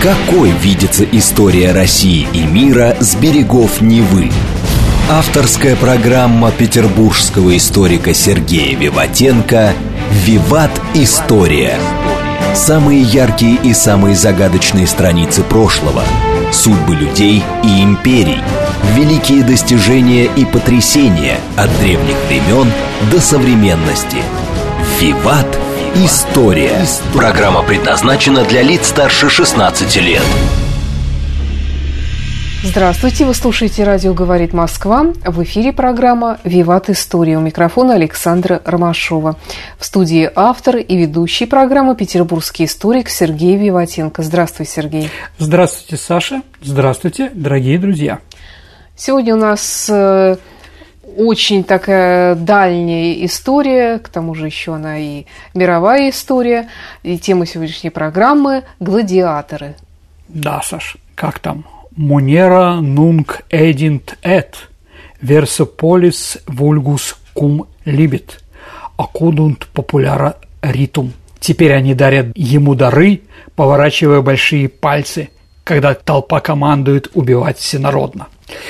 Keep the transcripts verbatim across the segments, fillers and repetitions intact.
Какой видится история России и мира с берегов Невы? Авторская программа петербургского историка Сергея Виватенко «Виват. История». Самые яркие и самые загадочные страницы прошлого, судьбы людей и империй, великие достижения и потрясения от древних времен до современности. «Виват. История». Программа предназначена для лиц старше шестнадцати лет. Здравствуйте, вы слушаете «Радио говорит Москва». В эфире программа «Виват. История». У микрофона Александра Ромашова. В студии автор и ведущий программы петербургский историк Сергей Виватенко. Здравствуй, Сергей. Здравствуйте, Саша. Здравствуйте, дорогие друзья. Сегодня у нас очень такая дальняя история, к тому же еще она и мировая история. И тема сегодняшней программы – гладиаторы. Да, Саш, как там? Monera nunc edint et, verso polis vulgus cum libet, accudunt populara ritum. Теперь они дарят ему дары, поворачивая большие пальцы, когда толпа командует убивать всенародно.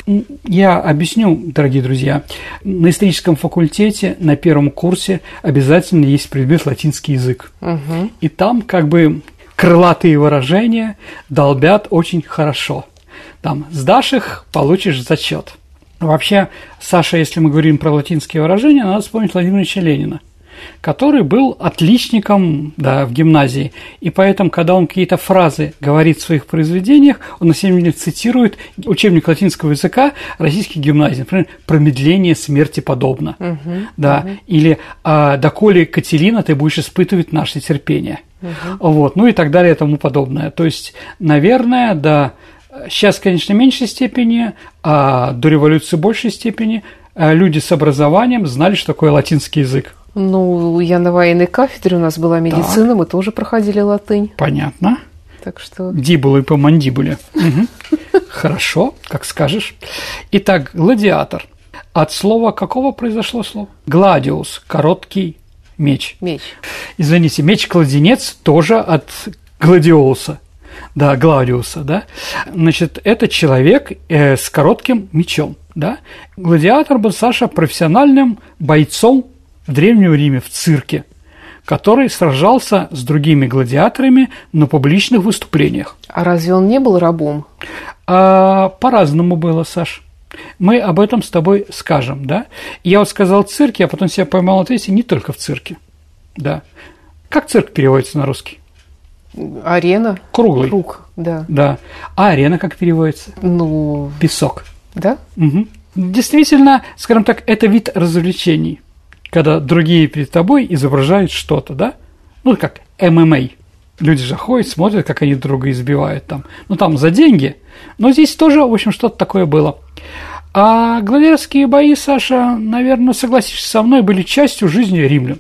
Я объясню, дорогие друзья. На историческом факультете на первом курсе обязательно есть предмет латинский язык. Угу. И там как бы крылатые выражения долбят очень хорошо. Там сдашь их, получишь зачет. Вообще, Саша, если мы говорим про латинские выражения, надо вспомнить Владимира Ильича Ленина, который был отличником, да, в гимназии. И поэтому, когда он какие-то фразы говорит в своих произведениях, он на самом деле цитирует учебник латинского языка российских гимназий. Например, «Промедление смерти подобно». Uh-huh, да, uh-huh. Или «Доколе, Катерина, ты будешь испытывать наше терпение». Uh-huh. Вот, ну и так далее и тому подобное. То есть, наверное, да, сейчас, конечно, в меньшей степени, а до революции в большей степени люди с образованием знали, что такое латинский язык. Ну, я на военной кафедре, у нас была медицина, так. Мы тоже проходили латынь. Понятно. Так что... Дибулы по мандибуле. Хорошо, как скажешь. Итак, гладиатор. От слова какого произошло слово? Гладиус, короткий меч. Меч. Извините, меч-кладенец тоже от гладиоуса. Да, Гладиуса, да. Значит, это человек э, с коротким мечом, да. Гладиатор был, Саша, профессиональным бойцом в Древнем Риме, в цирке, который сражался с другими гладиаторами на публичных выступлениях. А разве он не был рабом? А, по-разному было, Саш. Мы об этом с тобой скажем, да. Я вот сказал цирке, а потом себя поймал на ответе не только в цирке, да. Как цирк переводится на русский? Арена. Круглый. Круг, да. Да. А арена как переводится? Ну... Песок. Да? Угу. Действительно, скажем так, это вид развлечений, когда другие перед тобой изображают что-то, да? Ну, как эм эм а. Люди же ходят, смотрят, как они друга избивают там. Ну, там за деньги. Но здесь тоже, в общем, что-то такое было. А гладиаторские бои, Саша, наверное, согласишься со мной, были частью жизни римлян.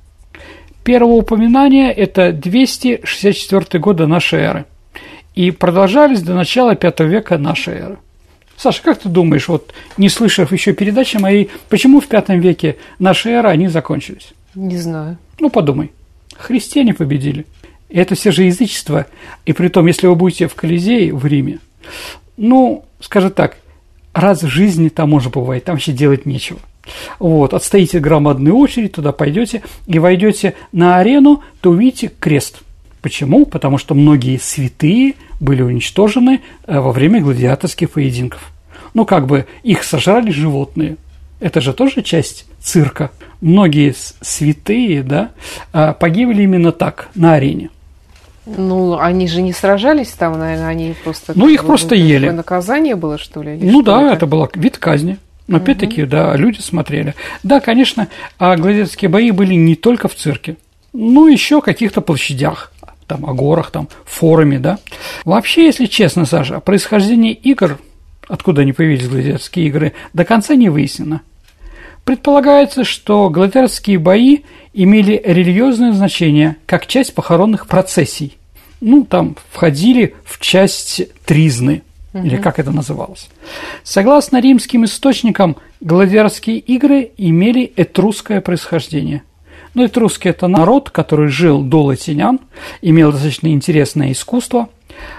Первое упоминание – это двести шестьдесят четвёртый год до нашей эры. И продолжались до начала пятого века нашей эры. Саша, как ты думаешь, вот не слышав еще передачи моей, почему в пятом веке нашей эры они закончились? Не знаю. Ну, подумай. Христиане победили. И это все же язычество. И при том, если вы будете в Колизее в Риме, ну, скажем так, раз в жизни там может бывать, там вообще делать нечего. Вот, отстоите громадную очередь, туда пойдете и войдете на арену, то увидите крест. Почему? Потому что многие святые были уничтожены во время гладиаторских поединков. Ну, как бы их сожрали животные. Это же тоже часть цирка. Многие святые, да, погибли именно так, на арене. Ну, они же не сражались там, наверное, они просто... Ну, их просто ели. Такое наказание было, что ли? Ну, да, это? это был вид казни. Но опять-таки, да, люди смотрели. Да, конечно, гладиаторские бои были не только в цирке, но еще в каких-то площадях, там, агорах, там, форуме, да. Вообще, если честно, Саша, происхождение игр, откуда они появились, гладиаторские игры, до конца не выяснено. Предполагается, что гладиаторские бои имели религиозное значение как часть похоронных процессий. Ну, там входили в часть тризны. Uh-huh. Или как это называлось. Согласно римским источникам, гладиаторские игры имели этрусское происхождение. Ну, этруски – это народ, который жил до латинян, имел достаточно интересное искусство.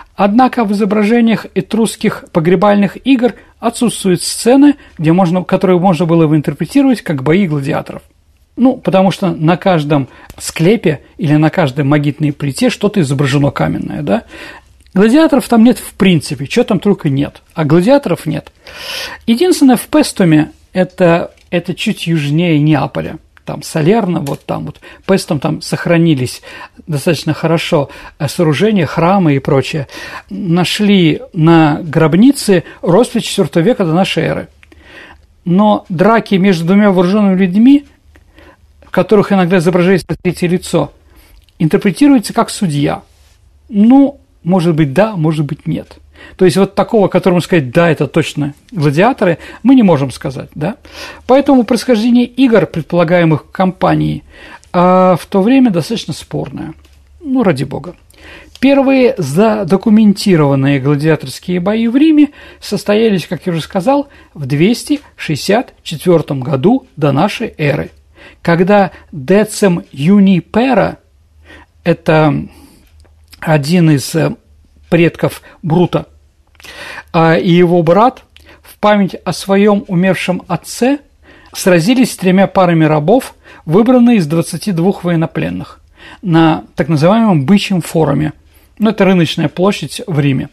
Однако в изображениях этрусских погребальных игр отсутствуют сцены, где можно, которые можно было бы интерпретировать как бои гладиаторов. Ну, потому что на каждом склепе или на каждой магнитной плите что-то изображено каменное, да? Гладиаторов там нет в принципе, чего там только нет, а гладиаторов нет. Единственное, в Пестуме, это, это чуть южнее Неаполя, там Салерно, вот там вот, Пестум там сохранились достаточно хорошо сооружения, храмы и прочее. Нашли на гробнице роспись четвёртого века до нашей эры. Но драки между двумя вооруженными людьми, в которых иногда изображается третье лицо, интерпретируется как судья. Ну, может быть, да, может быть, нет. То есть вот такого, которому сказать, да, это точно гладиаторы, мы не можем сказать, да. Поэтому происхождение игр, предполагаемых компанией, в то время достаточно спорное. Ну, ради бога. Первые задокументированные гладиаторские бои в Риме состоялись, как я уже сказал, в двести шестьдесят четвёртом году до нашей эры, когда Децим Юнипера, это один из предков Брута, и его брат в память о своем умершем отце сразились с тремя парами рабов, выбранные из двадцати двух военнопленных, на так называемом бычьем форуме. Ну, это рыночная площадь в Риме.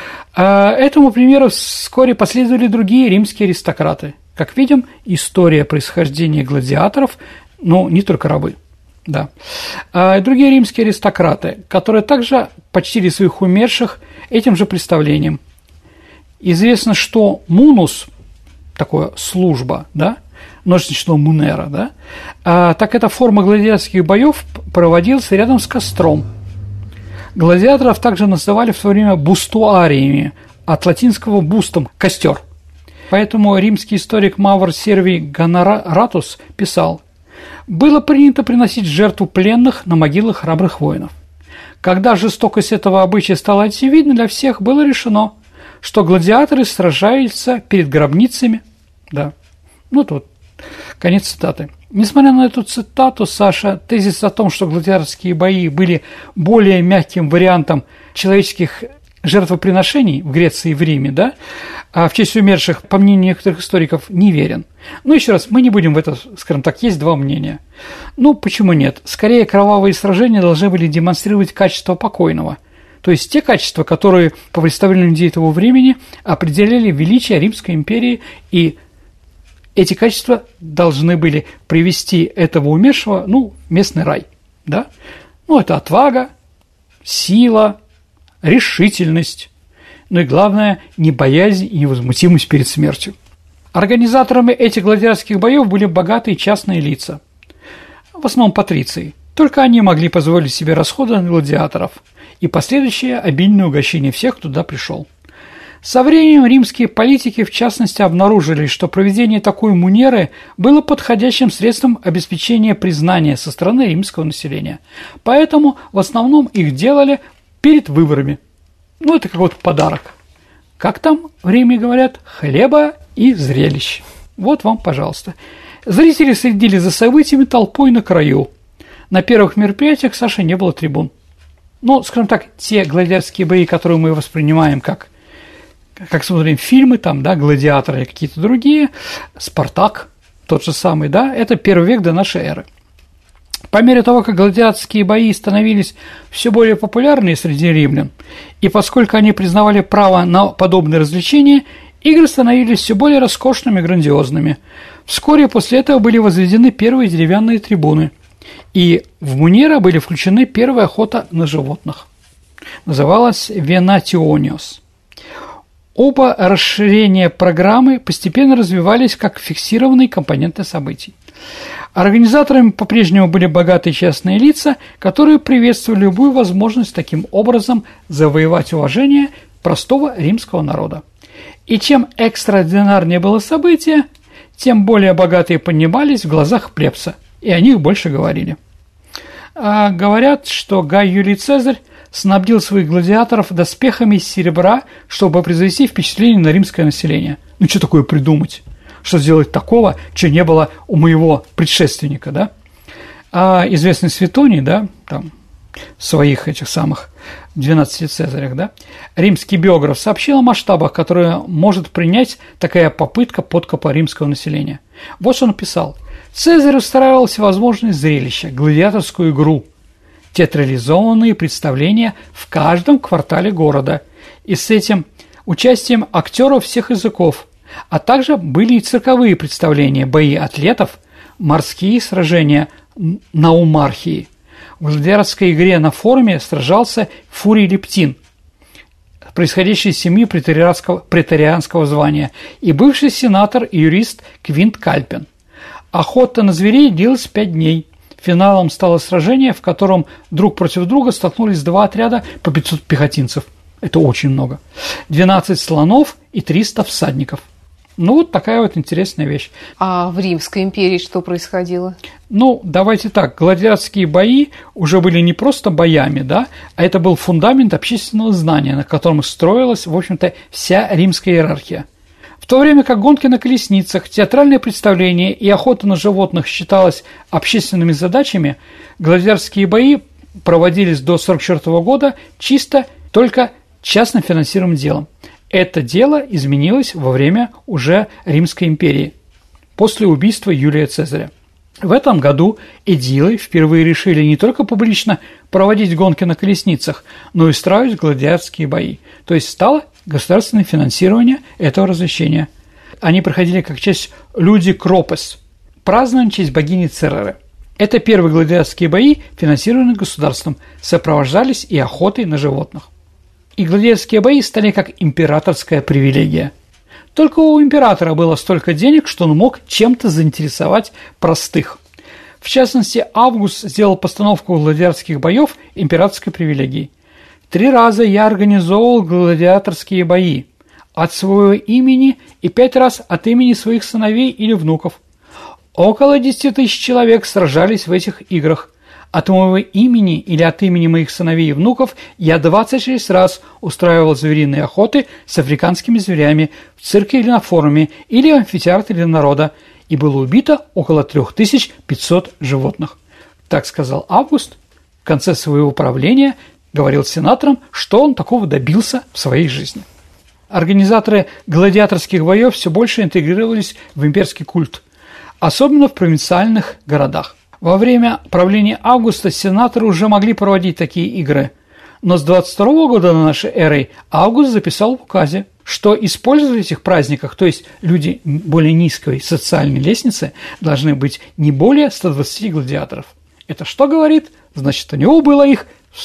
Этому примеру вскоре последовали другие римские аристократы. Как видим, история происхождения гладиаторов, ну, не только рабы. Да. А другие римские аристократы, которые также почтили своих умерших этим же представлением. Известно, что мунус, такое служба, да, множественное мунера, да, а, так эта форма гладиаторских боев проводилась рядом с костром. Гладиаторов также называли в то время бустуариями, от латинского бустом – костер. Поэтому римский историк Мавр Сервий Гоноратус писал: «Было принято приносить жертву пленных на могилах храбрых воинов. Когда жестокость этого обычая стала очевидна для всех, было решено, что гладиаторы сражаются перед гробницами». Да. Ну, вот конец цитаты. Несмотря на эту цитату, Саша, тезис о том, что гладиаторские бои были более мягким вариантом человеческих жертвоприношений в Греции и в Риме, да, а в честь умерших, по мнению некоторых историков, неверен. Ну, еще раз, мы не будем в это, скажем так, есть два мнения. Ну, почему нет? Скорее, кровавые сражения должны были демонстрировать качество покойного, то есть те качества, которые, по представлению людей того времени, определяли величие Римской империи, и эти качества должны были привести этого умершего, ну, в местный рай, да? Ну, это отвага, сила, решительность, ну и главное, не боязнь и невозмутимость перед смертью. Организаторами этих гладиаторских боев были богатые частные лица, в основном патриции. Только они могли позволить себе расходы на гладиаторов и последующее обильное угощение всех, кто туда пришел. Со временем римские политики, в частности, обнаружили, что проведение такой мунеры было подходящим средством обеспечения признания со стороны римского населения. Поэтому в основном их делали перед выборами. Ну, это как вот подарок. Как там в Риме говорят? Хлеба и зрелищ. Вот вам, пожалуйста. Зрители следили за событиями толпой на краю. На первых мероприятиях, Саша, не было трибун. Ну, скажем так, те гладиаторские бои, которые мы воспринимаем как, как смотрим фильмы, там, да, гладиаторы или какие-то другие, Спартак, тот же самый, да, это первый век до нашей эры. По мере того, как гладиаторские бои становились все более популярны среди римлян, и поскольку они признавали право на подобные развлечения, игры становились все более роскошными и грандиозными. Вскоре после этого были возведены первые деревянные трибуны, и в мунера были включены первая охота на животных. Называлась «Венатиониос». Оба расширения программы постепенно развивались как фиксированные компоненты событий. Организаторами по-прежнему были богатые частные лица, которые приветствовали любую возможность таким образом завоевать уважение простого римского народа. И чем экстраординарнее было событие, тем более богатые поднимались в глазах плебса, и о них больше говорили. А говорят, что Гай Юлий Цезарь снабдил своих гладиаторов доспехами из серебра, чтобы произвести впечатление на римское население. Ну, что такое придумать? Что сделать такого, что не было у моего предшественника, да? А известный Светоний, да, там, в своих этих самых двенадцати Цезарях, да, римский биограф сообщил о масштабах, которые может принять такая попытка подкупа римского населения. Вот что он писал. Цезарь устраивал всевозможные зрелища, гладиаторскую игру, театрализованные представления в каждом квартале города и с этим участием актеров всех языков, а также были и цирковые представления, бои атлетов, морские сражения наумархии. В гладиаторской игре на форуме сражался Фурий Лептин, происходящий из семьи преторианского звания, и бывший сенатор и юрист Квинт Кальпин. Охота на зверей длилась пять дней. Финалом стало сражение, в котором друг против друга столкнулись два отряда по пятьсот пехотинцев. Это очень много. двенадцать слонов и триста всадников. Ну, вот такая вот интересная вещь. А в Римской империи что происходило? Ну, давайте так, гладиаторские бои уже были не просто боями, да, а это был фундамент общественного знания, на котором строилась, в общем-то, вся римская иерархия. В то время как гонки на колесницах, театральные представления и охота на животных считалось общественными задачами, гладиаторские бои проводились до сорок четвёртого года чисто только частно финансируемым делом. Это дело изменилось во время уже Римской империи, после убийства Юлия Цезаря. В этом году эдилы впервые решили не только публично проводить гонки на колесницах, но и устраивать гладиаторские бои. То есть стало государственное финансирование этого развлечения. Они проходили как часть Люди Кропес, празднование в честь богини Цереры. Это первые гладиаторские бои, финансированные государством, сопровождались и охотой на животных. И гладиаторские бои стали как императорская привилегия. Только у императора было столько денег, что он мог чем-то заинтересовать простых. В частности, Август сделал постановку гладиаторских боев императорской привилегией. Три раза я организовывал гладиаторские бои от своего имени и пять раз от имени своих сыновей или внуков. Около десяти тысяч человек сражались в этих играх. От моего имени или от имени моих сыновей и внуков я двадцать шесть раз устраивал звериные охоты с африканскими зверями в цирке или на форуме, или в амфитеатре для народа, и было убито около три тысячи пятьсот животных. Так сказал Август в конце своего правления, говорил сенаторам, что он такого добился в своей жизни. Организаторы гладиаторских боев все больше интегрировались в имперский культ, особенно в провинциальных городах. Во время правления Августа сенаторы уже могли проводить такие игры, но с двадцать второго года до нашей эры Август записал в указе, что использовать в этих праздниках, то есть люди более низкой социальной лестницы, должны быть не более ста двадцати гладиаторов. Это что говорит? Значит, у него было их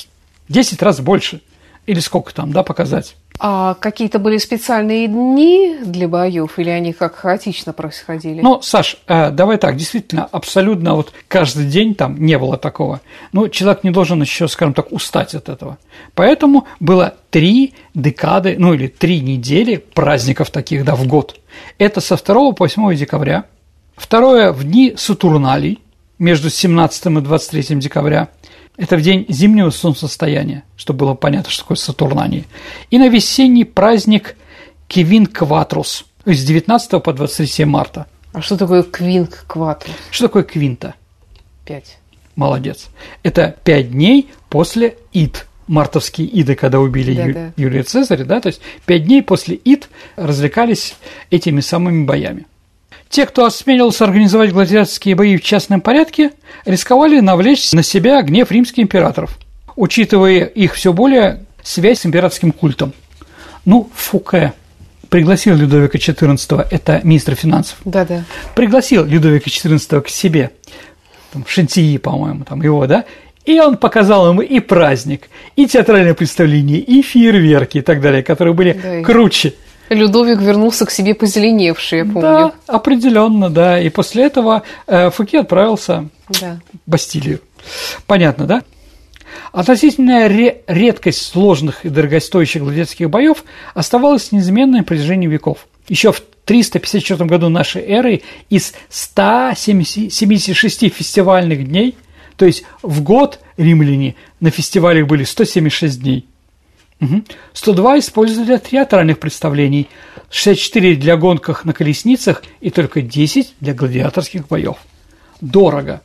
в десять раз больше. Или сколько там, да, показать. А какие-то были специальные дни для боев, или они как хаотично происходили? Ну, Саш, э, давай так, действительно, абсолютно вот каждый день там не было такого. Ну, человек не должен еще, скажем так, устать от этого. Поэтому было три декады, ну, или три недели праздников таких, да, в год. Это со второго по восьмое декабря. Второе – в дни Сатурналий, между семнадцатым и двадцать третьим декабря. Это в день зимнего солнцестояния, чтобы было понятно, что такое Сатурнании. И на весенний праздник Квинт-Кватрус с девятнадцатого по двадцать третье марта. А что такое Квинт-Кватрус? Что такое квинта? Пять. Молодец. Это пять дней после Ид. Мартовские Иды, когда убили да, Ю... да. Юлия Цезаря, да, то есть пять дней после Ид развлекались этими самыми боями. Те, кто осмелился организовать гладиаторские бои в частном порядке, рисковали навлечь на себя гнев римских императоров, учитывая их все более связь с императорским культом. Ну, Фуке пригласил Людовика четырнадцатого, это министр финансов, да-да, пригласил Людовика четырнадцатого к себе, там, Шантии, по-моему, там его, да, и он показал ему и праздник, и театральное представление, и фейерверки и так далее, которые были да, круче. Людовик вернулся к себе позеленевший, я помню. Да, определенно, да. И после этого э, Фуке отправился да. в Бастилию. Понятно, да? Относительная ре- редкость сложных и дорогостоящих гладиаторских боев оставалась неизменной на протяжении веков. Еще в триста пятьдесят четвёртом году нашей эры из ста семидесяти шести фестивальных дней, то есть в год римляне на фестивалях были сто семьдесят шесть дней. Угу. сто два использовали для театральных представлений, шестьдесят четыре для гонках на колесницах и только десять для гладиаторских боев. Дорого.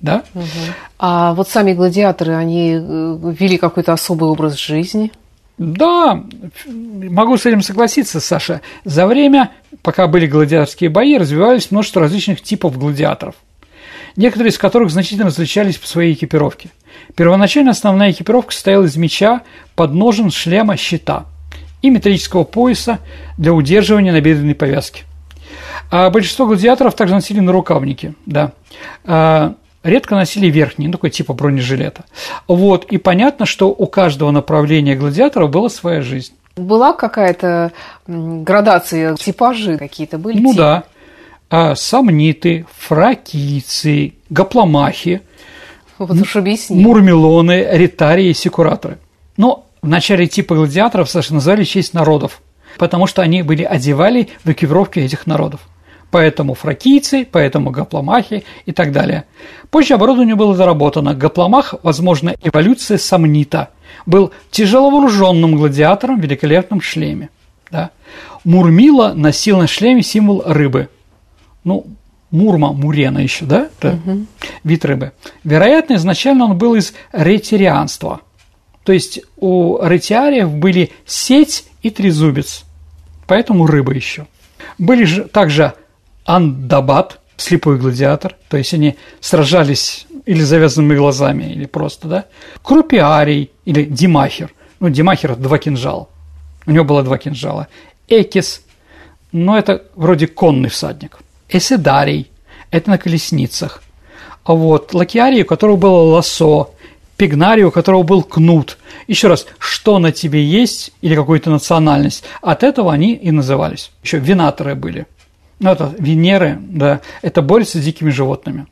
Да? Угу. А вот сами гладиаторы, они вели какой-то особый образ жизни? Да, могу с этим согласиться, Саша. За время, пока были гладиаторские бои, развивались множество различных типов гладиаторов, некоторые из которых значительно различались по своей экипировке. Первоначально основная экипировка состояла из меча, подножен, шлема, щита и металлического пояса для удерживания набедренной повязки. А большинство гладиаторов также носили нарукавники, да. А редко носили верхний, ну, такой типа бронежилета. Вот, и понятно, что у каждого направления гладиаторов была своя жизнь. Была какая-то градация, типажи какие-то были? Ну типы? Да. А, сомниты, фракийцы, гопломахи, вот уж объясни. мурмелоны, ретарии и секураторы. Но в начале типа гладиаторов, Саша, назвали в честь народов, потому что они были одевали в экипировке этих народов. Поэтому фракийцы, поэтому гопломахи и так далее. Позже оборудование было доработано. Гопломах, возможно, эволюция сомнита, был тяжеловооруженным гладиатором в великолепном шлеме. Да. Мурмила носил на шлеме символ рыбы. Ну, мурма, мурена еще, да? Это угу. вид рыбы. Вероятно, изначально он был из ретирианства. То есть у ретиариев были сеть и трезубец, поэтому рыба еще. Были же также андабат, слепой гладиатор, то есть они сражались или завязанными глазами, или просто, да. Крупиарий или димахер. Ну, димахер – два кинжала. У него было два кинжала. Экис, ну, это вроде конный всадник. Эседарий – это на колесницах. А вот лакиарий, у которого было лассо. Пигнарий, у которого был кнут. Еще раз, что на тебе есть или какую-то национальность, от этого они и назывались. Еще венаторы были. Ну, это Венеры, да, это борются с дикими животными.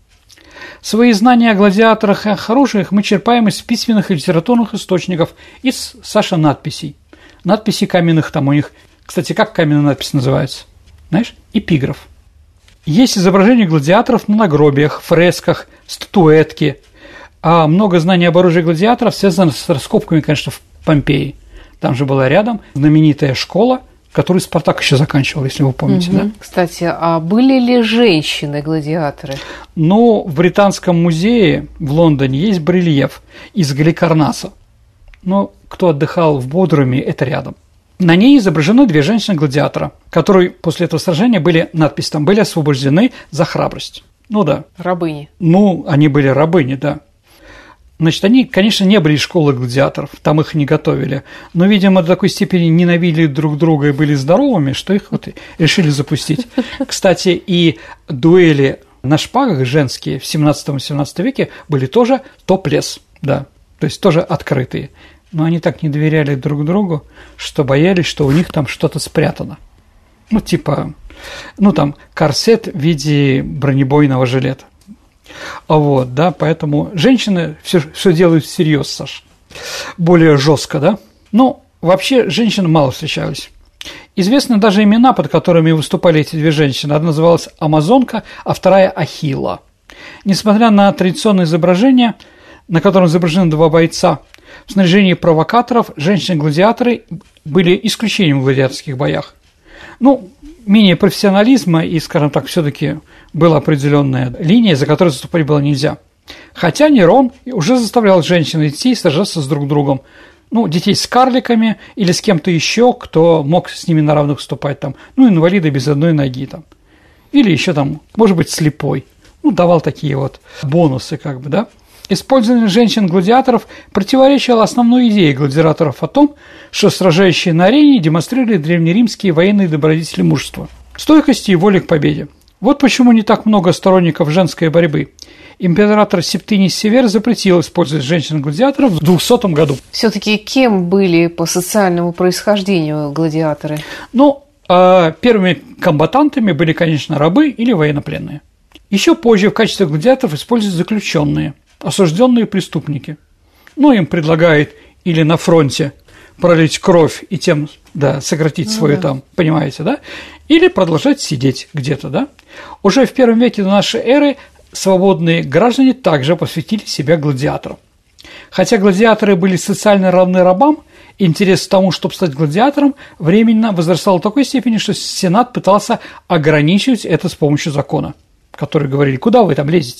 Свои знания о гладиаторах и о оружиях мы черпаем из письменных и литературных источников, из, Саша, надписей. Надписи каменных там у них. Кстати, как каменная надпись называется? Знаешь? Эпиграф. Есть изображения гладиаторов на надгробиях, фресках, статуэтки. А много знаний об оружии гладиаторов связано с раскопками, конечно, в Помпеи. Там же была рядом знаменитая школа, которую Спартак еще заканчивал, если вы помните, угу. да? Кстати, а были ли женщины-гладиаторы? Ну, в Британском музее в Лондоне есть барельеф из Галикарнаса. Но кто отдыхал в Бодруме, это рядом. На ней изображены две женщины-гладиатора, которые после этого сражения были, надпись там, были освобождены за храбрость. Ну да. Рабыни. Ну, они были рабыни, да. Значит, они, конечно, не были из школы гладиаторов, там их не готовили, но, видимо, до такой степени ненавидели друг друга и были здоровыми, что их вот решили запустить. Кстати, и дуэли на шпагах женские в семнадцатом-семнадцатом веке были тоже топлес, да, то есть тоже открытые. Но они так не доверяли друг другу, что боялись, что у них там что-то спрятано. Ну, типа, ну, там, корсет в виде бронебойного жилета. Вот, да, поэтому женщины все, все делают всерьез, Саш, более жестко, да. Ну, вообще, женщины мало встречались. Известны даже имена, под которыми выступали эти две женщины. Одна называлась Амазонка, а вторая Ахилла. Несмотря на традиционное изображение, на котором изображены два бойца, в снаряжении провокаторов женщины-гладиаторы были исключением в гладиаторских боях. Ну, менее профессионализма и, скажем так, все-таки была определенная линия, за которой заступать было нельзя. Хотя Нерон уже заставлял женщин и детей сражаться с друг другом. Ну, детей с карликами или с кем-то еще, кто мог с ними на равных вступать там. Ну, инвалиды без одной ноги там. Или еще там, может быть, слепой. Ну, давал такие вот бонусы, как бы, да. Использование женщин-гладиаторов противоречило основной идее гладиаторов о том, что сражающие на арене демонстрировали древнеримские военные добродетели мужества, стойкости и воли к победе. Вот почему не так много сторонников женской борьбы. Император Септиний Север запретил использовать женщин-гладиаторов в двухсотом году. Все-таки кем были по социальному происхождению гладиаторы? Ну, первыми комбатантами были, конечно, рабы или военнопленные. Еще позже в качестве гладиаторов используют заключенные, осужденные преступники. Ну, им предлагают или на фронте пролить кровь и тем, да, сократить ну, свою да. там, понимаете, да? Или продолжать сидеть где-то, да? Уже в первом веке до нашей эры свободные граждане также посвятили себя гладиаторам. Хотя гладиаторы были социально равны рабам, интерес к тому, чтобы стать гладиатором, временно возрастал до такой степени, что Сенат пытался ограничивать это с помощью закона, который говорили, куда вы там лезете?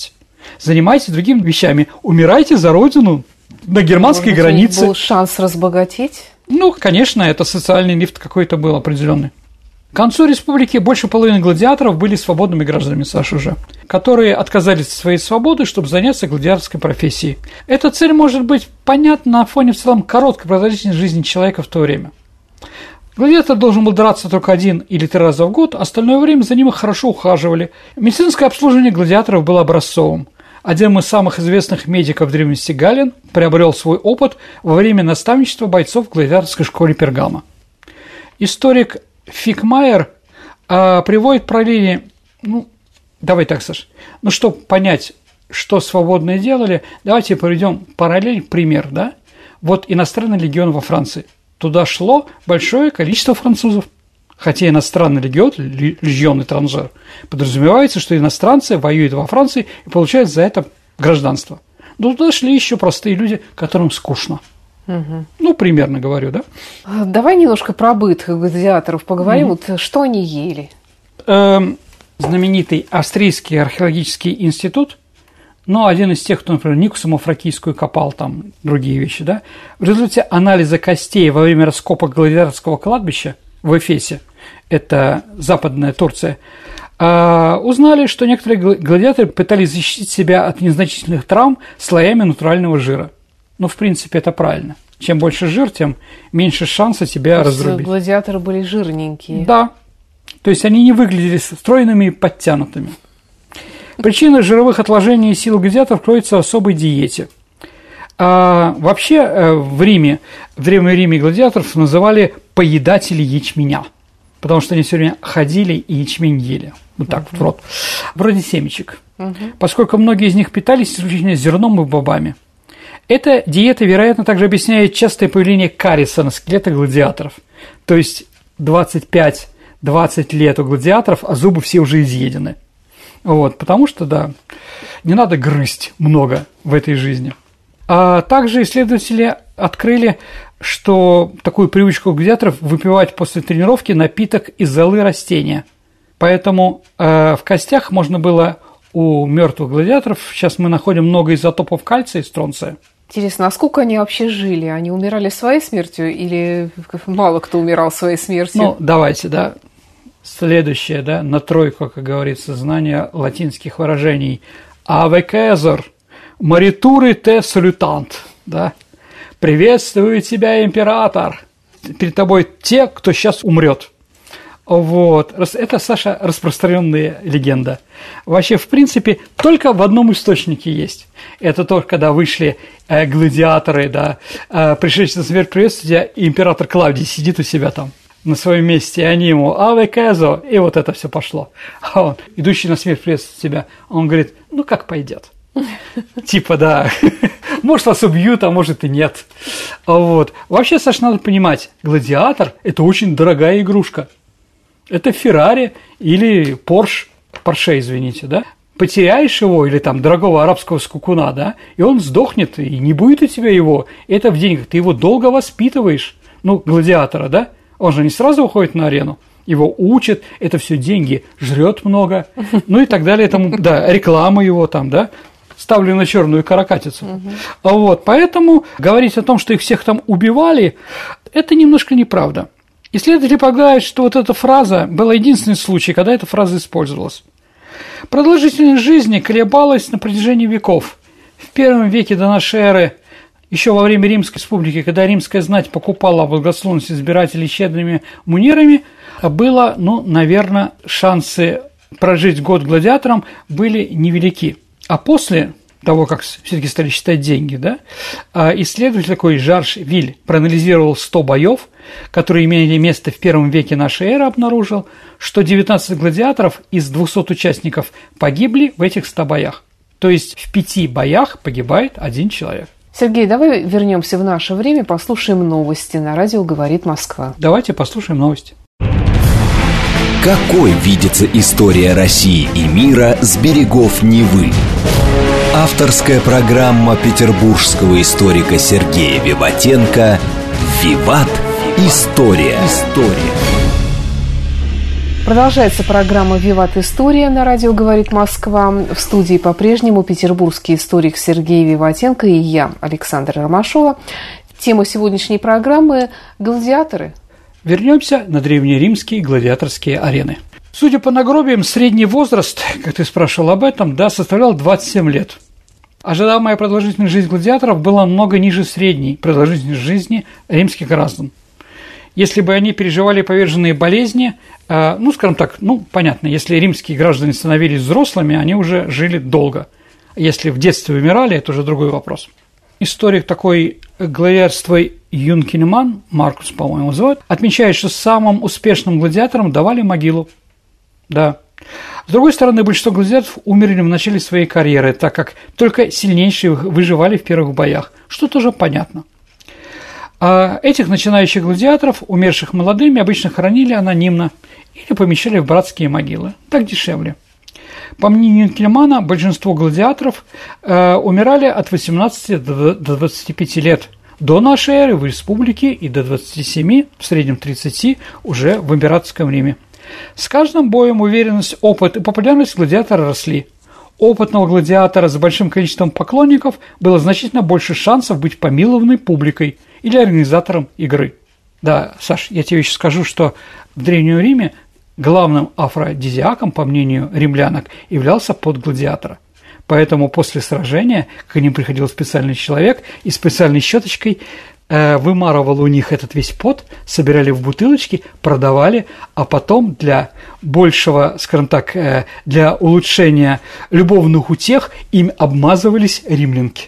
Занимайтесь другими вещами. Умирайте за родину на германской Может быть, границе. У них был шанс разбогатеть? Ну, конечно, это социальный лифт какой-то был определенный. К концу республики больше половины гладиаторов были свободными гражданами, Саша, уже, которые отказались от своей свободы, чтобы заняться гладиаторской профессией. Эта цель может быть понятна на фоне в целом короткой продолжительности жизни человека в то время. Гладиатор должен был драться только один или три раза в год, остальное время за ним хорошо ухаживали. Медицинское обслуживание гладиаторов было образцовым. Один из самых известных медиков в древности Гален приобрел свой опыт во время наставничества бойцов в гладиаторской школе Пергама. Историк Фикмайер а, приводит параллели, ну, давай так, Саш, ну, чтобы понять, что свободные делали, давайте приведем параллель, пример, да, вот иностранный легион во Франции, туда шло большое количество французов, хотя иностранный легион, легион этранжер, подразумевается, что иностранцы воюют во Франции и получают за это гражданство, но туда шли еще простые люди, которым скучно. Угу. Ну, примерно говорю, да? Давай немножко про быт гладиаторов поговорим. Угу. Вот что они ели? Эм, знаменитый Австрийский археологический институт, ну, один из тех, кто, например, Никусу Фракийскую копал, там, другие вещи, да, в результате анализа костей во время раскопок гладиаторского кладбища в Эфесе, это западная Турция, э, узнали, что некоторые гладиаторы пытались защитить себя от незначительных травм слоями натурального жира. Ну, в принципе, это правильно. Чем больше жир, тем меньше шанса тебя То разрубить. Гладиаторы были жирненькие. Да. То есть они не выглядели стройными и подтянутыми. Причина жировых отложений и сил гладиаторов кроется в особой диете. А вообще в Риме, в Древнем Риме гладиаторов называли поедатели ячменя, потому что они все время ходили и ячмень ели. Вот так uh-huh. вот в рот. Вроде семечек. Uh-huh. Поскольку многие из них питались исключительно зерном и бобами. Эта диета, вероятно, также объясняет частое появление кариеса на скелетах гладиаторов. То есть двадцать пять - двадцать лет у гладиаторов, а зубы все уже изъедены. Вот, потому что, да, не надо грызть много в этой жизни. А также исследователи открыли, что такую привычку у гладиаторов выпивать после тренировки напиток из золы растения. Поэтому э, в костях можно было у мертвых гладиаторов, сейчас мы находим много изотопов кальция и стронция. Интересно, а сколько они вообще жили? Они умирали своей смертью или мало кто умирал своей смертью? Ну, давайте, да. Следующее, да, на тройку, как говорится, знание латинских выражений. Ave Caesar, morituri te salutant, да. Приветствую тебя, император. Перед тобой те, кто сейчас умрет. Вот. Это, Саша, распространенная легенда. Вообще, в принципе, только в одном источнике есть. Это то, когда вышли э, гладиаторы, да, э, пришедшие на смерть приветствовать тебя, и император Клавдий сидит у себя там на своем месте, и они ему «Аве Кезо», и вот это все пошло. А он, идущий на смерть приветствовать тебя, он говорит, ну, как пойдет. Типа, да, может, вас убьют, а может и нет. Вот. Вообще, Саша, надо понимать, гладиатор – это очень дорогая игрушка. Это Феррари или Порш, Порше, извините, да? Потеряешь его или там дорогого арабского скакуна, да, и он сдохнет, и не будет у тебя его. Это в деньгах. Ты его долго воспитываешь, ну, гладиатора, да? Он же не сразу уходит на арену. Его учат, это все деньги, жрет много, ну и так далее. Тому, да, реклама его там, да, ставлю на черную каракатицу. Uh-huh. Вот, поэтому говорить о том, что их всех там убивали, это немножко неправда. Исследователи полагают, что вот эта фраза была единственный случай, когда эта фраза использовалась. Продолжительность жизни колебалась на протяжении веков. В первом веке до нашей эры, еще во время Римской республики, когда римская знать покупала благословность избирателей щедрыми мунирами, было, ну, наверное, шансы прожить год гладиатором были невелики. А после того, как все-таки стали считать деньги, да, исследователь такой Жорж Виль проанализировал сто боев, которые имели место в первом веке нашей эры, обнаружил, что девятнадцать гладиаторов из двухсот участников погибли в этих ста боях. То есть в пяти боях погибает один человек. Сергей, давай вернемся в наше время, послушаем новости. На радио «Говорит Москва». Давайте послушаем новости. Какой видится история России и мира с берегов Невы? Авторская программа петербургского историка Сергея Виватенко «Виват. История». История. Продолжается программа «Виват. История» на радио «Говорит Москва». В студии по-прежнему петербургский историк Сергей Виватенко и я, Александра Ромашова. Тема сегодняшней программы – гладиаторы. Вернемся на древнеримские гладиаторские арены. Судя по надгробиям, средний возраст, как ты спрашивал об этом, да, составлял двадцать семь лет. Ожидаемая продолжительность жизни гладиаторов была много ниже средней продолжительности жизни римских граждан. Если бы они переживали поверженные болезни, э, ну, скажем так, ну, понятно, если римские граждане становились взрослыми, они уже жили долго. Если в детстве умирали, это уже другой вопрос. Историк такой гладиаторства Юнкенеман, Маркус, по-моему, называют, отмечает, что самым успешным гладиаторам давали могилу. Да. С другой стороны, большинство гладиаторов умерли в начале своей карьеры, так как только сильнейшие выживали в первых боях, что тоже понятно. А этих начинающих гладиаторов, умерших молодыми, обычно хоронили анонимно или помещали в братские могилы. Так дешевле. По мнению Кельмана, большинство гладиаторов э, умирали от восемнадцати до двадцати пяти лет до нашей эры в республике и до двадцати семи, в среднем тридцати, уже в императорском Риме. С каждым боем уверенность, опыт и популярность гладиатора росли. Опытного гладиатора с большим количеством поклонников было значительно больше шансов быть помилованной публикой или организатором игры. Да, Саш, я тебе еще скажу, что в Древнем Риме главным афродизиаком, по мнению римлянок, являлся пот гладиатора. Поэтому после сражения к ним приходил специальный человек и специальной щеточкой э, вымарывал у них этот весь пот, собирали в бутылочки, продавали, а потом для большего, скажем так, э, для улучшения любовных утех им обмазывались римлянки.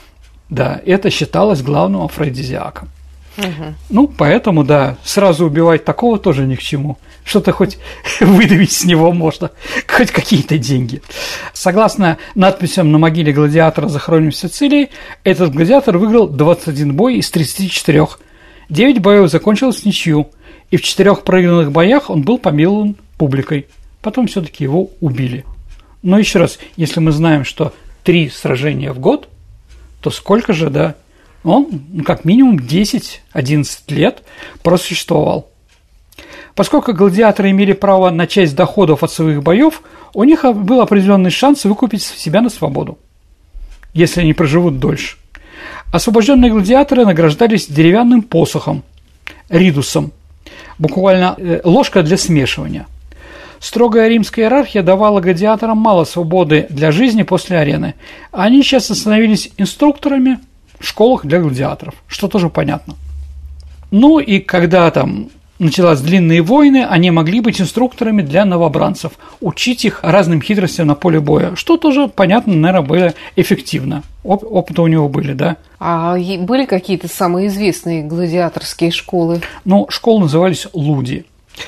Да, это считалось главным афродизиаком. Угу. Ну, поэтому, да, сразу убивать такого тоже ни к чему. Что-то хоть выдавить с него можно, хоть какие-то деньги. Согласно надписям на могиле гладиатора, захороненного в Сицилии, этот гладиатор выиграл двадцать один бой из тридцати четырёх. девять боев закончилось в ничью, и в четырех проигранных боях он был помилован публикой. Потом все-таки его убили. Но еще раз, если мы знаем, что три сражения в год, то сколько же, да, он ну, как минимум десять-одиннадцать лет просуществовал. Поскольку гладиаторы имели право на часть доходов от своих боев, у них был определенный шанс выкупить себя на свободу, если они проживут дольше. Освобожденные гладиаторы награждались деревянным посохом, ридусом, буквально ложка для смешивания. Строгая римская иерархия давала гладиаторам мало свободы для жизни после арены. Они часто становились инструкторами в школах для гладиаторов, что тоже понятно. Ну и когда там начались длинные войны, они могли быть инструкторами для новобранцев, учить их разным хитростям на поле боя, что тоже, понятно, наверное, было эффективно. Оп- опыты у него были, да. А были какие-то самые известные гладиаторские школы? Ну, школы назывались луди.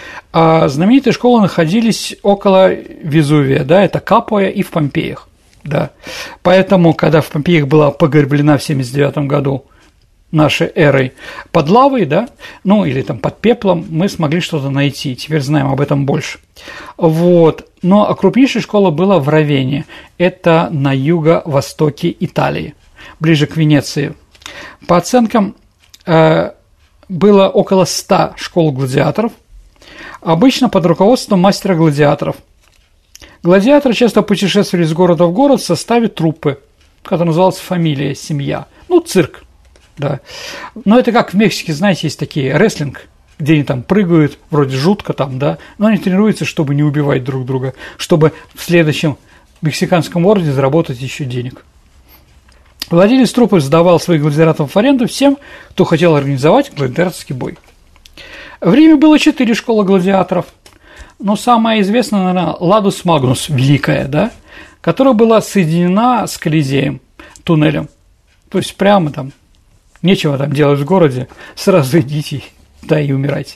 А знаменитые школы находились около Везувия, да, это Капуя и в Помпеях, да. Поэтому, когда в Помпеях была погреблена в семьдесят девятом году нашей эрой под лавой, да, ну или там под пеплом, мы смогли что-то найти, теперь знаем об этом больше. Вот. Но крупнейшая школа была в Равенне, это на юго-востоке Италии, ближе к Венеции. По оценкам, э, было около ста школ гладиаторов, обычно под руководством мастера гладиаторов. Гладиаторы часто путешествовали из города в город в составе труппы, которая называлась фамилия, семья, ну, цирк. Да. Но это как в Мексике, знаете, есть такие рестлинг, где они там прыгают, вроде жутко там, да, но они тренируются, чтобы не убивать друг друга, чтобы в следующем мексиканском городе заработать еще денег. Владелец труппы сдавал своих гладиаторов в аренду всем, кто хотел организовать гладиаторский бой. В Риме было четыре школы гладиаторов, но самая известная, наверное, Ладус Магнус, великая, да, которая была соединена с Колизеем, туннелем, то есть прямо там. Нечего там делать в городе, сразу идите, да, и умирайте.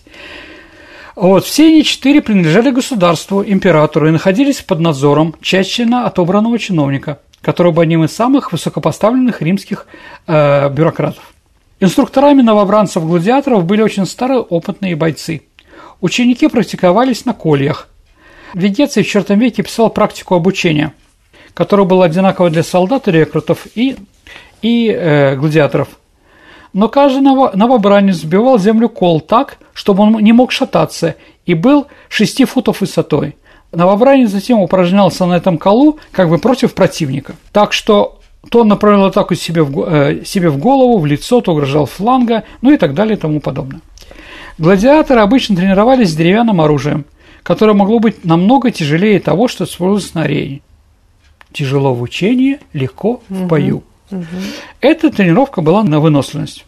Вот, все они четыре принадлежали государству, императору, и находились под надзором тщательно отобранного чиновника, который был одним из самых высокопоставленных римских э, бюрократов. Инструкторами новобранцев-гладиаторов были очень старые опытные бойцы. Ученики практиковались на кольях. Вегеций в четвёртом веке писал практику обучения, которая была одинакова для солдат и рекрутов и, и э, гладиаторов. Но каждый новобранец сбивал землю кол так, чтобы он не мог шататься, и был шести футов высотой. Новобранец затем упражнялся на этом колу как бы против противника. Так что то он направил атаку себе в, э, себе в голову, в лицо, то угрожал фланга, ну и так далее и тому подобное. Гладиаторы обычно тренировались с деревянным оружием, которое могло быть намного тяжелее того, что использовалось на арене. Тяжело в учении, легко в бою. Угу. Эта тренировка была на выносливость.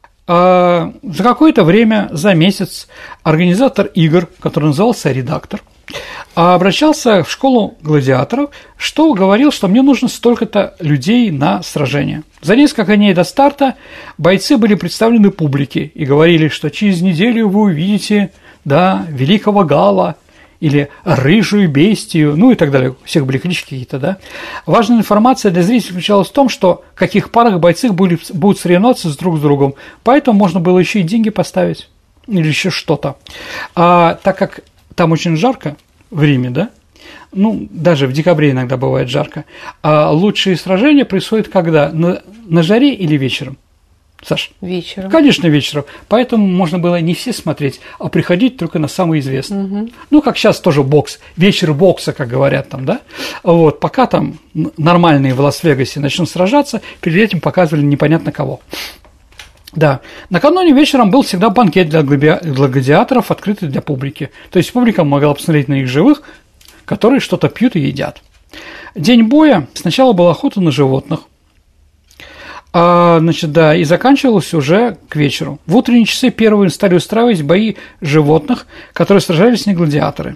А за какое-то время, за месяц, организатор игр, который назывался «Редактор», обращался в школу гладиаторов, что говорил, что мне нужно столько-то людей на сражение. За несколько дней до старта бойцы были представлены публике и говорили, что через неделю вы увидите, да, великого Гала или рыжую бестию, ну и так далее. У всех были клички какие-то, да. Важная информация для зрителей заключалась в том, что в каких парах бойцы будут, будут соревноваться с друг с другом, поэтому можно было еще и деньги поставить или еще что-то. А так как там очень жарко, в Риме, да, ну, даже в декабре иногда бывает жарко, а лучшие сражения происходят когда? На, на жаре или вечером? Саш? Вечером. Конечно, вечером. Поэтому можно было не все смотреть, а приходить только на самые известные. Угу. Ну, как сейчас тоже бокс, вечер бокса, как говорят там, да? Вот, пока там нормальные в Лас-Вегасе начнут сражаться, перед этим показывали непонятно кого. Да, накануне вечером был всегда банкет для гладиаторов, открытый для публики. То есть публика могла посмотреть на их живых, которые что-то пьют и едят. День боя сначала была охота на животных, а, значит, да, и заканчивалась уже к вечеру. В утренние часы первые стали устраивать бои животных, которые сражались не гладиаторы.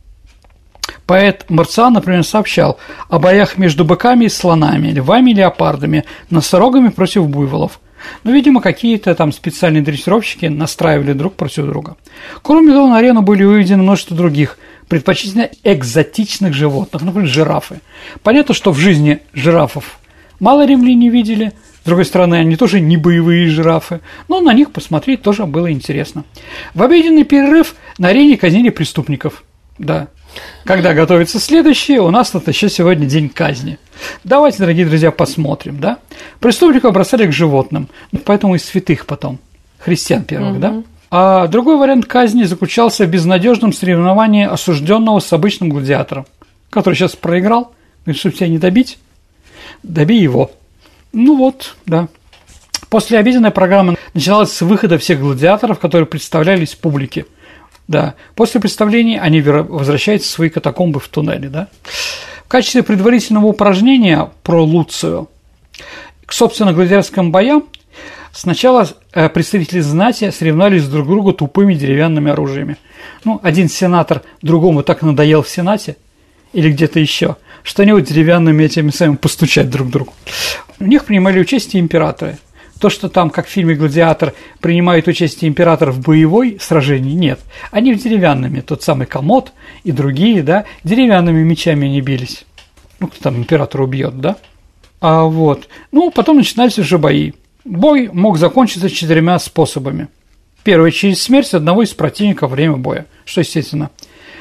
Поэт Марциан, например, сообщал о боях между быками и слонами, львами и леопардами, носорогами против буйволов. Ну, видимо, какие-то там специальные дрессировщики настраивали друг против друга. Кроме того, на арену были выведены множество других, предпочтительно экзотичных животных, например, жирафы. Понятно, что в жизни жирафов мало римляне видели, с другой стороны, они тоже не боевые жирафы, но на них посмотреть тоже было интересно. В обеденный перерыв на арене казнили преступников, да. Когда готовится следующее, у нас тут еще сегодня день казни. Давайте, дорогие друзья, посмотрим, да? Преступников бросали к животным, поэтому и святых потом, христиан первых, угу. да? А другой вариант казни заключался в безнадежном соревновании осужденного с обычным гладиатором, который сейчас проиграл, говорит, чтобы тебя не добить, добей его. Ну вот, да. После обеденной программы начиналась с выхода всех гладиаторов, которые представлялись публике. Да, после представления они возвращаются в свои катакомбы в туннеле, да. В качестве предварительного упражнения про Луцию к, собственно, гладиаторским боям сначала представители знати соревновались друг к другу тупыми деревянными оружиями. Ну, один сенатор другому так надоел в Сенате или где-то еще, что они вот деревянными этими самыми постучать друг к другу. В них принимали участие императоры. То, что там, как в фильме «Гладиатор», принимает участие император в боевой сражении, нет. Они деревянными, тот самый Комод и другие, да, деревянными мечами они бились. Ну, кто там императора убьет, да? А вот. Ну, потом начинались уже бои. Бой мог закончиться четырьмя способами. Первый – через смерть одного из противников во время боя, что естественно.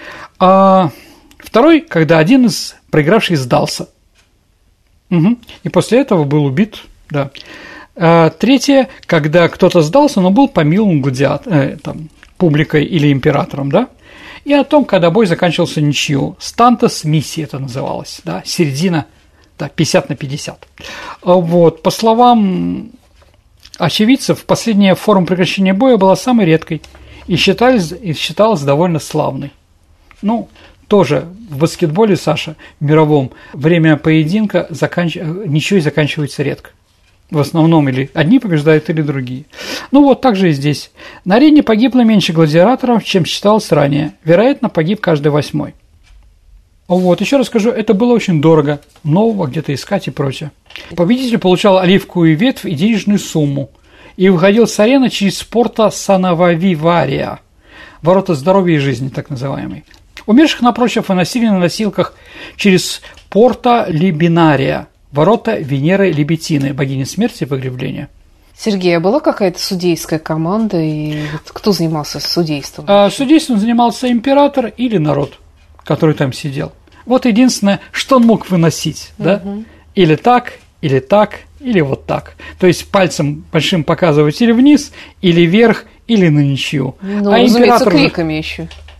А второй – когда один из проигравших сдался. Угу. И после этого был убит, да. Третье, когда кто-то сдался, но был помилован гладиат... э, там, публикой или императором, да, и о том, когда бой заканчивался ничью. Стантос миссии это называлось, да, середина, да, пятьдесят на пятьдесят. Вот, по словам очевидцев, последняя форма прекращения боя была самой редкой и считалась, и считалась довольно славной. Ну, тоже в баскетболе, Саша, в мировом, время поединка заканч... ничью заканчивается редко. В основном или одни побеждают, или другие. Ну вот так же и здесь. На арене погибло меньше гладиаторов, чем считалось ранее. Вероятно, погиб каждый восьмой. Вот, еще раз скажу, это было очень дорого. Нового где-то искать и прочее. Победитель получал оливковую ветвь и денежную сумму. И выходил с арены через порта Санававивария. Ворота здоровья и жизни, так называемый. Умерших, напротив, выносили на носилках через порта Либинария. Ворота Венеры Либетины, богини смерти и погребления. Сергей, а была какая-то судейская команда, и кто занимался судейством? А, судейством занимался император или народ, который там сидел. Вот единственное, что он мог выносить, угу. да? Или так, или так, или вот так. То есть пальцем большим показывать или вниз, или вверх, или на ничью. Ну, а разумеется, император... криками еще.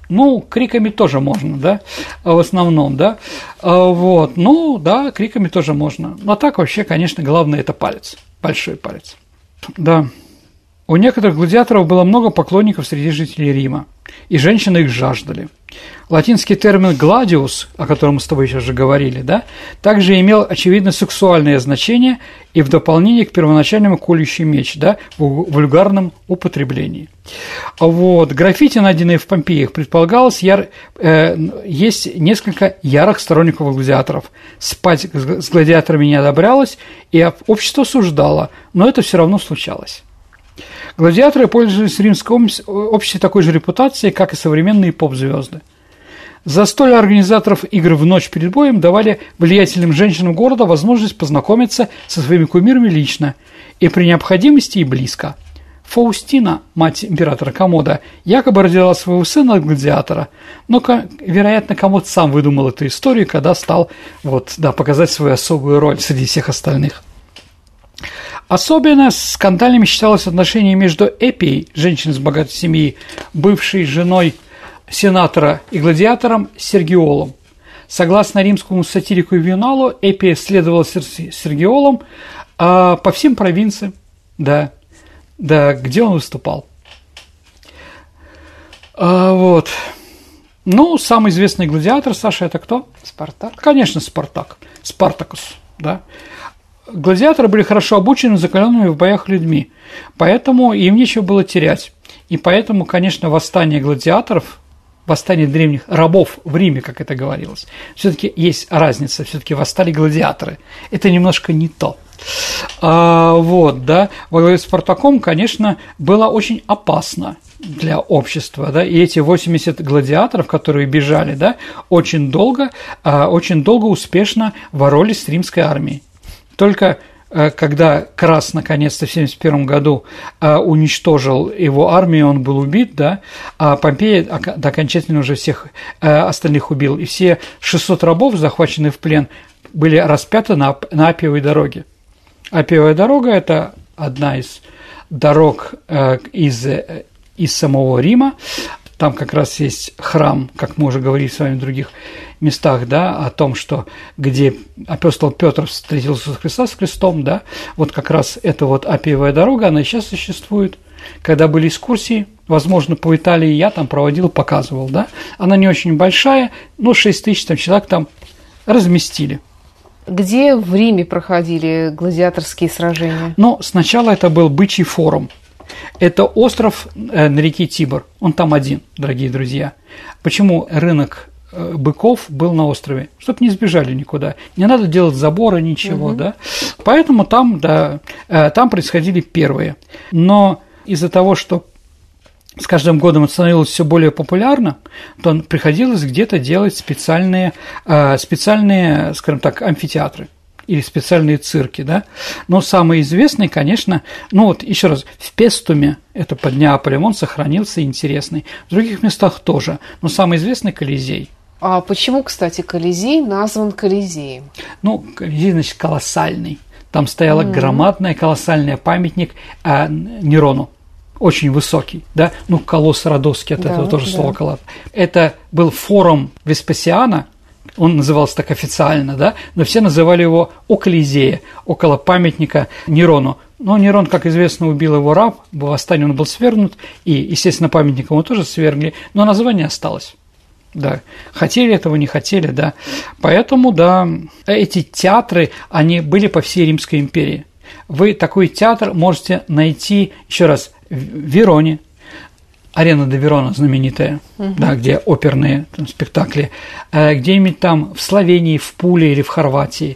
Ну, криками тоже можно, да, в основном, да, вот, ну, да, криками тоже можно, но так вообще, конечно, главное – это палец, большой палец, да. У некоторых гладиаторов было много поклонников среди жителей Рима, и женщины их жаждали. Латинский термин «гладиус», о котором мы с тобой сейчас же говорили, да, также имел, очевидно, сексуальное значение и в дополнение к первоначальному колющий меч, да, в вульгарном употреблении. Вот. Граффити, найденные в Помпеях, предполагалось, яр... э, есть несколько ярых сторонников гладиаторов. Спать с гладиаторами не одобрялось, и общество осуждало, но это все равно случалось. Гладиаторы пользовались в римском обществе такой же репутацией, как и современные поп-звезды. Застолья организаторов игр в ночь перед боем давали влиятельным женщинам города возможность познакомиться со своими кумирами лично и при необходимости и близко. Фаустина, мать императора Комода, якобы родила своего сына от гладиатора, но, вероятно, Комод сам выдумал эту историю, когда стал вот, да, показать свою особую роль среди всех остальных. Особенно скандальными считалось отношение между Эпией, женщиной из богатой семьи, бывшей женой сенатора и гладиатором Сергиолом. Согласно римскому сатирику Ювеналу, Эпия следовала Сергиолом а, по всем провинциям, да, да, где он выступал. А, вот. Ну, самый известный гладиатор, Саша, это кто? Спартак. Конечно, Спартак. Спартакус, да. Гладиаторы были хорошо обучены, закаленными в боях людьми, поэтому им нечего было терять. И поэтому, конечно, восстание гладиаторов, восстание древних рабов в Риме, как это говорилось, все-таки есть разница, все-таки восстали гладиаторы. Это немножко не то. А, вот, да, во главе с Спартаком, конечно, было очень опасно для общества, да, и эти восемьдесят гладиаторов, которые бежали, да, очень долго, очень долго успешно боролись с римской армией. Только когда Крас наконец-то в семьдесят первом году уничтожил его армию, он был убит, да, а Помпей окончательно уже всех остальных убил, и все шестьсот рабов, захваченные в плен, были распяты на, на Аппиевой дороге. Аппиевая дорога – это одна из дорог из, из самого Рима. Там как раз есть храм, как мы уже говорили с вами в других местах, да, о том, что где апостол Петр встретил Иисуса Христа с крестом, да, вот как раз эта вот Аппиевая дорога, она и сейчас существует. Когда были экскурсии, возможно, по Италии я там проводил, показывал, да, она не очень большая, но шесть тысяч там человек там разместили. Где в Риме проходили гладиаторские сражения? Ну, сначала это был Бычий форум. Это остров на реке Тибр, он там один, дорогие друзья. Почему рынок быков был на острове? Чтобы не сбежали никуда, не надо делать забора, ничего, угу. да. Поэтому там, да, там происходили первые. Но из-за того, что с каждым годом это становилось все более популярно, то приходилось где-то делать специальные, специальные, скажем так, амфитеатры. Или специальные цирки, да. Но самый известный, конечно, ну вот еще раз, в Пестуме, это под Неаполем, он сохранился интересный. В других местах тоже, но самый известный Колизей. А почему, кстати, Колизей назван Колизеем? Ну, Колизей, значит, колоссальный. Там стояла mm-hmm. громадная, колоссальный памятник а, Нерону. Очень высокий, да, ну, колосс Родосский, от да, этого тоже да. слово колосс. Это был форум Веспасиана, он назывался так официально, да, но все называли его о Колизее, около памятника Нерону. Но Нерон, как известно, убил его раб, в восстании он был свергнут, и, естественно, памятник ему тоже свергли, но название осталось. Да, хотели этого, не хотели, да. Поэтому, да, эти театры, они были по всей Римской империи. Вы такой театр можете найти, еще раз, в Вероне, Арена де Верона знаменитая, uh-huh. да, где оперные там, спектакли, где-нибудь там в Словении, в Пуле или в Хорватии,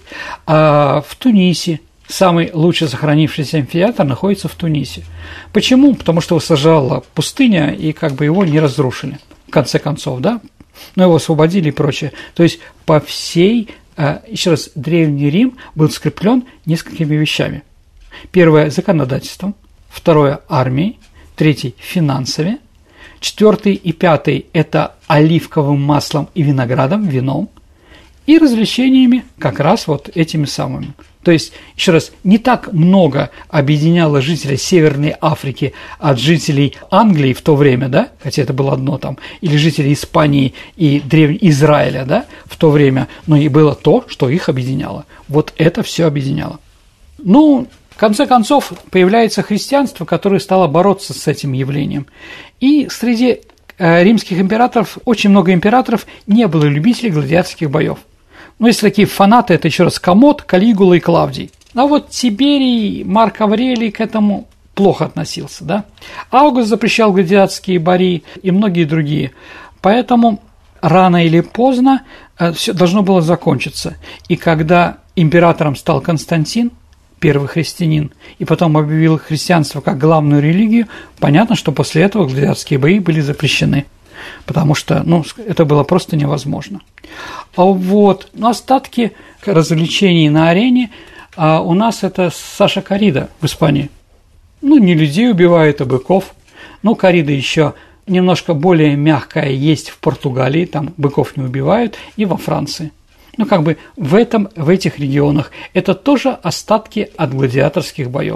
в Тунисе. Самый лучше сохранившийся амфитеатр находится в Тунисе. Почему? Потому что его сожрала пустыня, и как бы его не разрушили, в конце концов, да, но его освободили и прочее. То есть по всей, еще раз, Древний Рим был скреплен несколькими вещами. Первое – законодательством, второе – армией, третий – финансами, четвертый и пятый – это оливковым маслом и виноградом, вином, и развлечениями как раз вот этими самыми. То есть, еще раз, не так много объединяло жителей Северной Африки от жителей Англии в то время, да, хотя это было одно там, или жителей Испании и Древнего Израиля, да, в то время, но и было то, что их объединяло. Вот это все объединяло. Ну, в конце концов, появляется христианство, которое стало бороться с этим явлением. И среди э, римских императоров, очень много императоров не было любителей гладиаторских боев. Ну, если такие фанаты, это еще раз Комод, Калигула и Клавдий. А вот Тиберий, Марк Аврелий к этому плохо относился, да. Август запрещал гладиаторские бои и многие другие. Поэтому рано или поздно все должно было закончиться. И когда императором стал Константин, первый христианин, и потом объявил христианство как главную религию, понятно, что после этого гладиаторские бои были запрещены. Потому что, ну, это было просто невозможно. А вот ну, остатки развлечений на арене а у нас это Саша Коррида в Испании. Ну, не людей убивают, а быков. Ну, коррида еще немножко более мягкая есть в Португалии, там быков не убивают, и во Франции. Ну, как бы в этом, в этих регионах это тоже остатки от гладиаторских боев.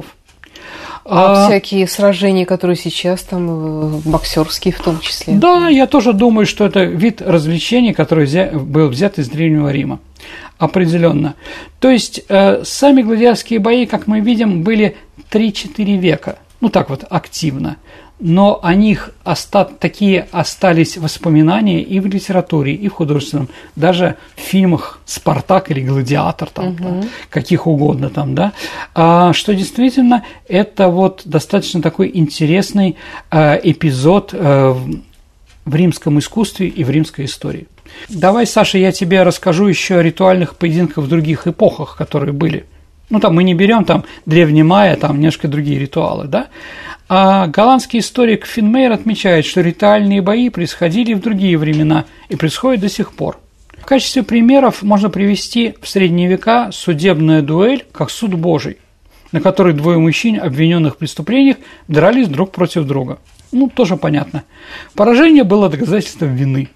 А, а всякие сражения, которые сейчас там, боксерские в том числе. Да, я тоже думаю, что это вид развлечений, который взя... был взят из Древнего Рима. Определенно. То есть, э, сами гладиаторские бои, как мы видим, были три-четыре века. Ну, так вот, активно. Но о них оста... такие остались воспоминания и в литературе, и в художественном, даже в фильмах «Спартак» или «Гладиатор», там, угу. да, каких угодно там, да, а, что действительно это вот достаточно такой интересный а, эпизод а, в, в римском искусстве и в римской истории. Давай, Саша, я тебе расскажу еще о ритуальных поединках в других эпохах, которые были. Ну, там мы не берем там древний майя, там немножко другие ритуалы, да. А голландский историк Фин Мейер отмечает, что ритуальные бои происходили в другие времена и происходят до сих пор. В качестве примеров можно привести в средние века судебная дуэль как суд Божий, на которой двое мужчин, обвиненных в преступлениях, дрались друг против друга. Ну, тоже понятно. Поражение было доказательством вины.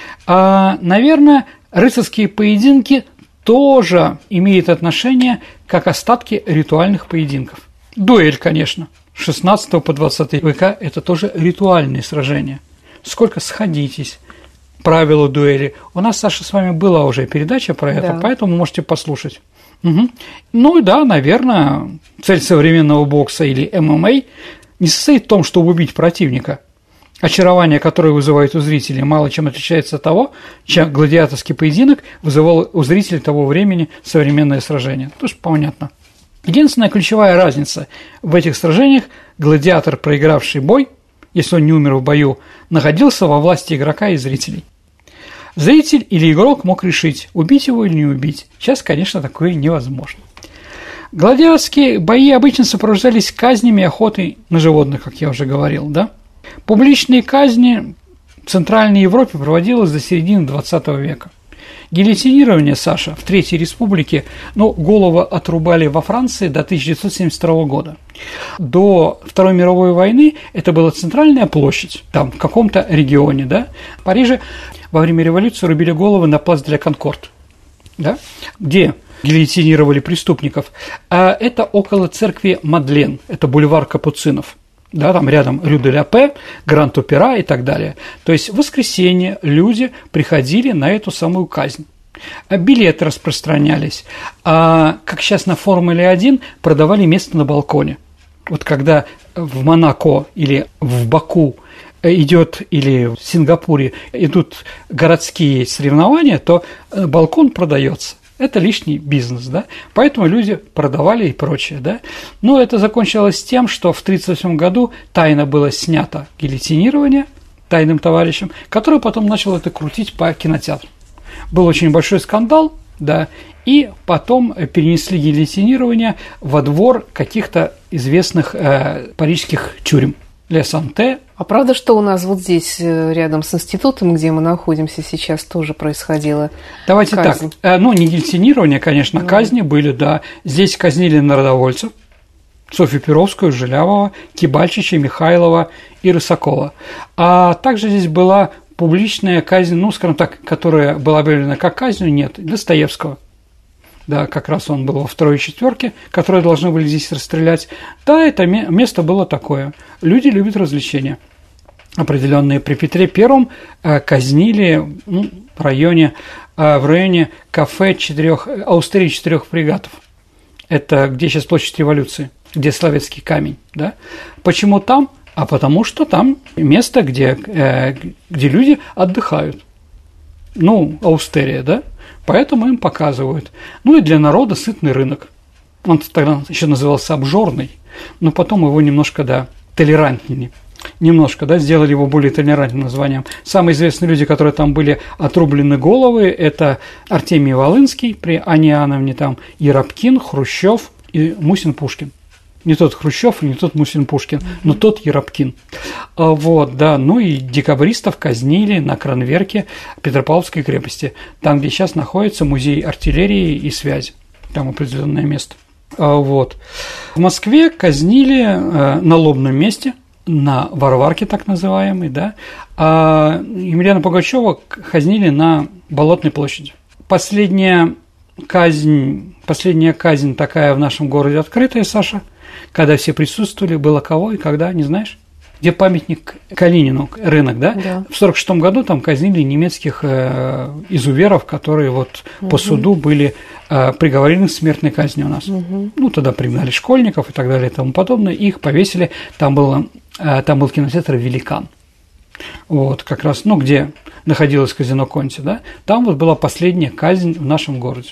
А, наверное, рыцарские поединки тоже имеют отношение как остатки ритуальных поединков. Дуэль, конечно. С шестнадцатого по двадцатый века это тоже ритуальные сражения. Сколько сходитесь, правила дуэли. У нас, Саша, с вами была уже передача про это, да. Поэтому можете послушать. Угу. Ну да, наверное, цель современного бокса или эм эм а не состоит в том, чтобы убить противника. Очарование, которое вызывает у зрителей, мало чем отличается от того, чем гладиаторский поединок вызывал у зрителей того времени современное сражение. Тоже понятно. Единственная ключевая разница в этих сражениях – гладиатор, проигравший бой, если он не умер в бою, находился во власти игрока и зрителей. Зритель или игрок мог решить, убить его или не убить. Сейчас, конечно, такое невозможно. Гладиаторские бои обычно сопровождались казнями и охотой на животных, как я уже говорил, да? Публичные казни в Центральной Европе проводилось до середины двадцатого века. Гильотинирование, Саша, в Третьей Республике, ну, голову отрубали во Франции до тысяча девятьсот семьдесят второго года. До Второй мировой войны это была центральная площадь, там, в каком-то регионе, да, в Париже во время революции рубили головы на плац де ла Конкорд, да, где гильотинировали преступников. А это около церкви Мадлен, это бульвар Капуцинов. Да, там рядом Рю де ля Пе, Гранд-Опера и так далее. То есть в воскресенье люди приходили на эту самую казнь. Билеты распространялись. А, как сейчас на Формуле один, продавали место на балконе. Вот когда в Монако или в Баку идет, или в Сингапуре идут городские соревнования, то балкон продается. Это лишний бизнес, да, поэтому люди продавали и прочее, да. Но это закончилось тем, что в тридцать восьмом году тайно было снято гильотинирование тайным товарищем, который потом начал это крутить по кинотеатру. Был очень большой скандал, да, и потом перенесли гильотинирование во двор каких-то известных э, парижских тюрем. Ле Санте. А правда, что у нас вот здесь, рядом с институтом, где мы находимся сейчас, тоже происходило? Давайте казнь. Так, ну, не гильотинирование, конечно, ну. казни были, да. Здесь казнили народовольцев, Софью Перовскую, Желявова, Кибальчича, Михайлова и Рысакова. А также здесь была публичная казнь, ну, скажем так, которая была объявлена как казнь, нет, Достоевского. Да, как раз он был во второй четверке, которые должны были здесь расстрелять. Да, это место было такое. Люди любят развлечения определенные. При Петре Первом казнили ну, в районе, в районе кафе четырех, Аустерии четырех фрегатов. Это где сейчас площадь Революции, где Соловецкий камень. Да? Почему там? А потому что там место, где, где люди отдыхают. Ну, Аустерия, да? Поэтому им показывают. Ну и для народа сытный рынок. Он тогда еще назывался обжорный, но потом его немножко, да, толерантнее. Немножко, да, сделали его более толерантным названием. Самые известные люди, которые там были отрублены головы, это Артемий Волынский при Анне Иоанновне, там Еропкин, Хрущев и Мусин-Пушкин. Не тот Хрущев, не тот Мусин-Пушкин, но тот Еропкин. Вот, да, ну и декабристов казнили на Кранверке Петропавловской крепости, там, где сейчас находится музей артиллерии и связи, там определенное место. Вот. В Москве казнили на Лобном месте, на Варварке так называемой, да, а Емельяна Пугачева казнили на Болотной площади. Последняя казнь, последняя казнь такая в нашем городе открытая, Саша, когда все присутствовали, было кого и когда, не знаешь? Где памятник Калинину, рынок, да? Да. В сорок шестом году там казнили немецких э, изуверов, которые вот угу. по суду были э, приговорены к смертной казни у нас. Угу. Ну, тогда пригнали школьников и так далее и тому подобное, их повесили, там, было, э, там был кинотеатр «Великан». Вот, как раз, ну, где находилось казино Конти, да? Там вот была последняя казнь в нашем городе.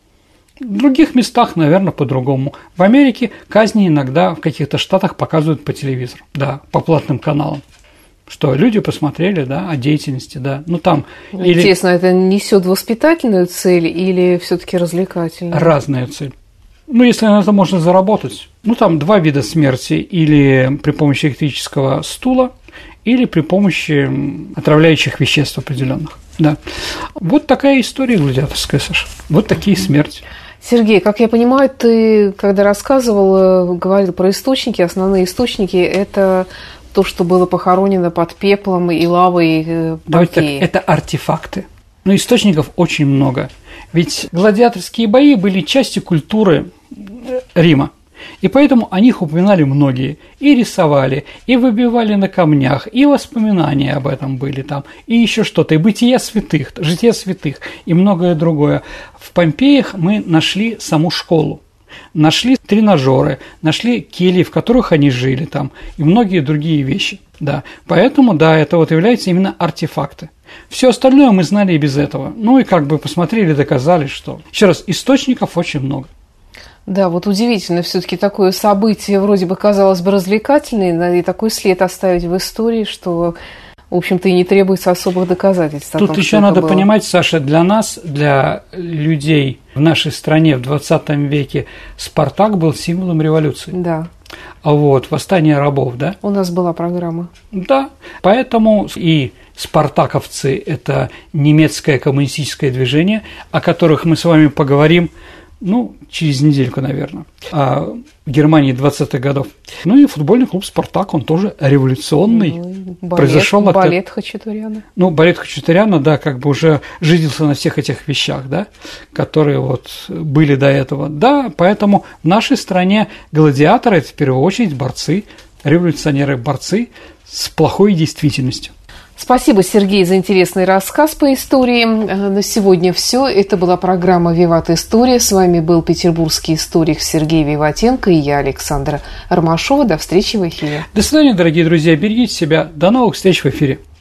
В других местах, наверное, по-другому. В Америке казни иногда в каких-то штатах показывают по телевизору, да, по платным каналам, что люди посмотрели, да, о деятельности, да. Ну, там интересно, или... это несет воспитательную цель или все-таки развлекательную? Разная цель. Ну, если на это можно заработать. Ну, там два вида смерти: или при помощи электрического стула, или при помощи отравляющих веществ определенных. Да. Вот такая история гладиаторская, Саша. Вот такие смерти. Сергей, как я понимаю, ты, когда рассказывал, говорил про источники, основные источники – это то, что было похоронено под пеплом и лавой Помпеи. Это артефакты. Но источников очень много. Ведь гладиаторские бои были частью культуры Рима. И поэтому о них упоминали многие, и рисовали, и выбивали на камнях, и воспоминания об этом были там, и еще что-то, и бытия святых, жития святых, и многое другое. В Помпеях мы нашли саму школу, нашли тренажеры, нашли кельи, в которых они жили там, и многие другие вещи. Да. Поэтому, да, это вот являются именно артефакты. Все остальное мы знали и без этого. Ну и как бы посмотрели, доказали, что... Еще раз, источников очень много. Да, вот удивительно, все-таки такое событие вроде бы казалось бы развлекательное, и такой след оставить в истории, что, в общем-то, и не требуется особых доказательств. Тут еще надо было. Понимать, Саша, для нас, для людей в нашей стране в двадцатом веке Спартак был символом революции. Да. А вот восстание рабов, да? У нас была программа. Да, поэтому и спартаковцы – это немецкое коммунистическое движение, о которых мы с вами поговорим. Ну, через недельку, наверное, а в Германии двадцатых годов. Ну и футбольный клуб «Спартак», он тоже революционный. Ну, балет, Произошел балет от... Хачатуряна. Ну, балет Хачатуряна, да, как бы уже жился на всех этих вещах, да, которые вот были до этого. Да, поэтому в нашей стране гладиаторы – это в первую очередь борцы, революционеры, борцы с плохой действительностью. Спасибо, Сергей, за интересный рассказ по истории. На сегодня все. Это была программа «Виват История». С вами был петербургский историк Сергей Виватенко и я, Александра Ромашова. До встречи в эфире. До свидания, дорогие друзья. Берегите себя. До новых встреч в эфире.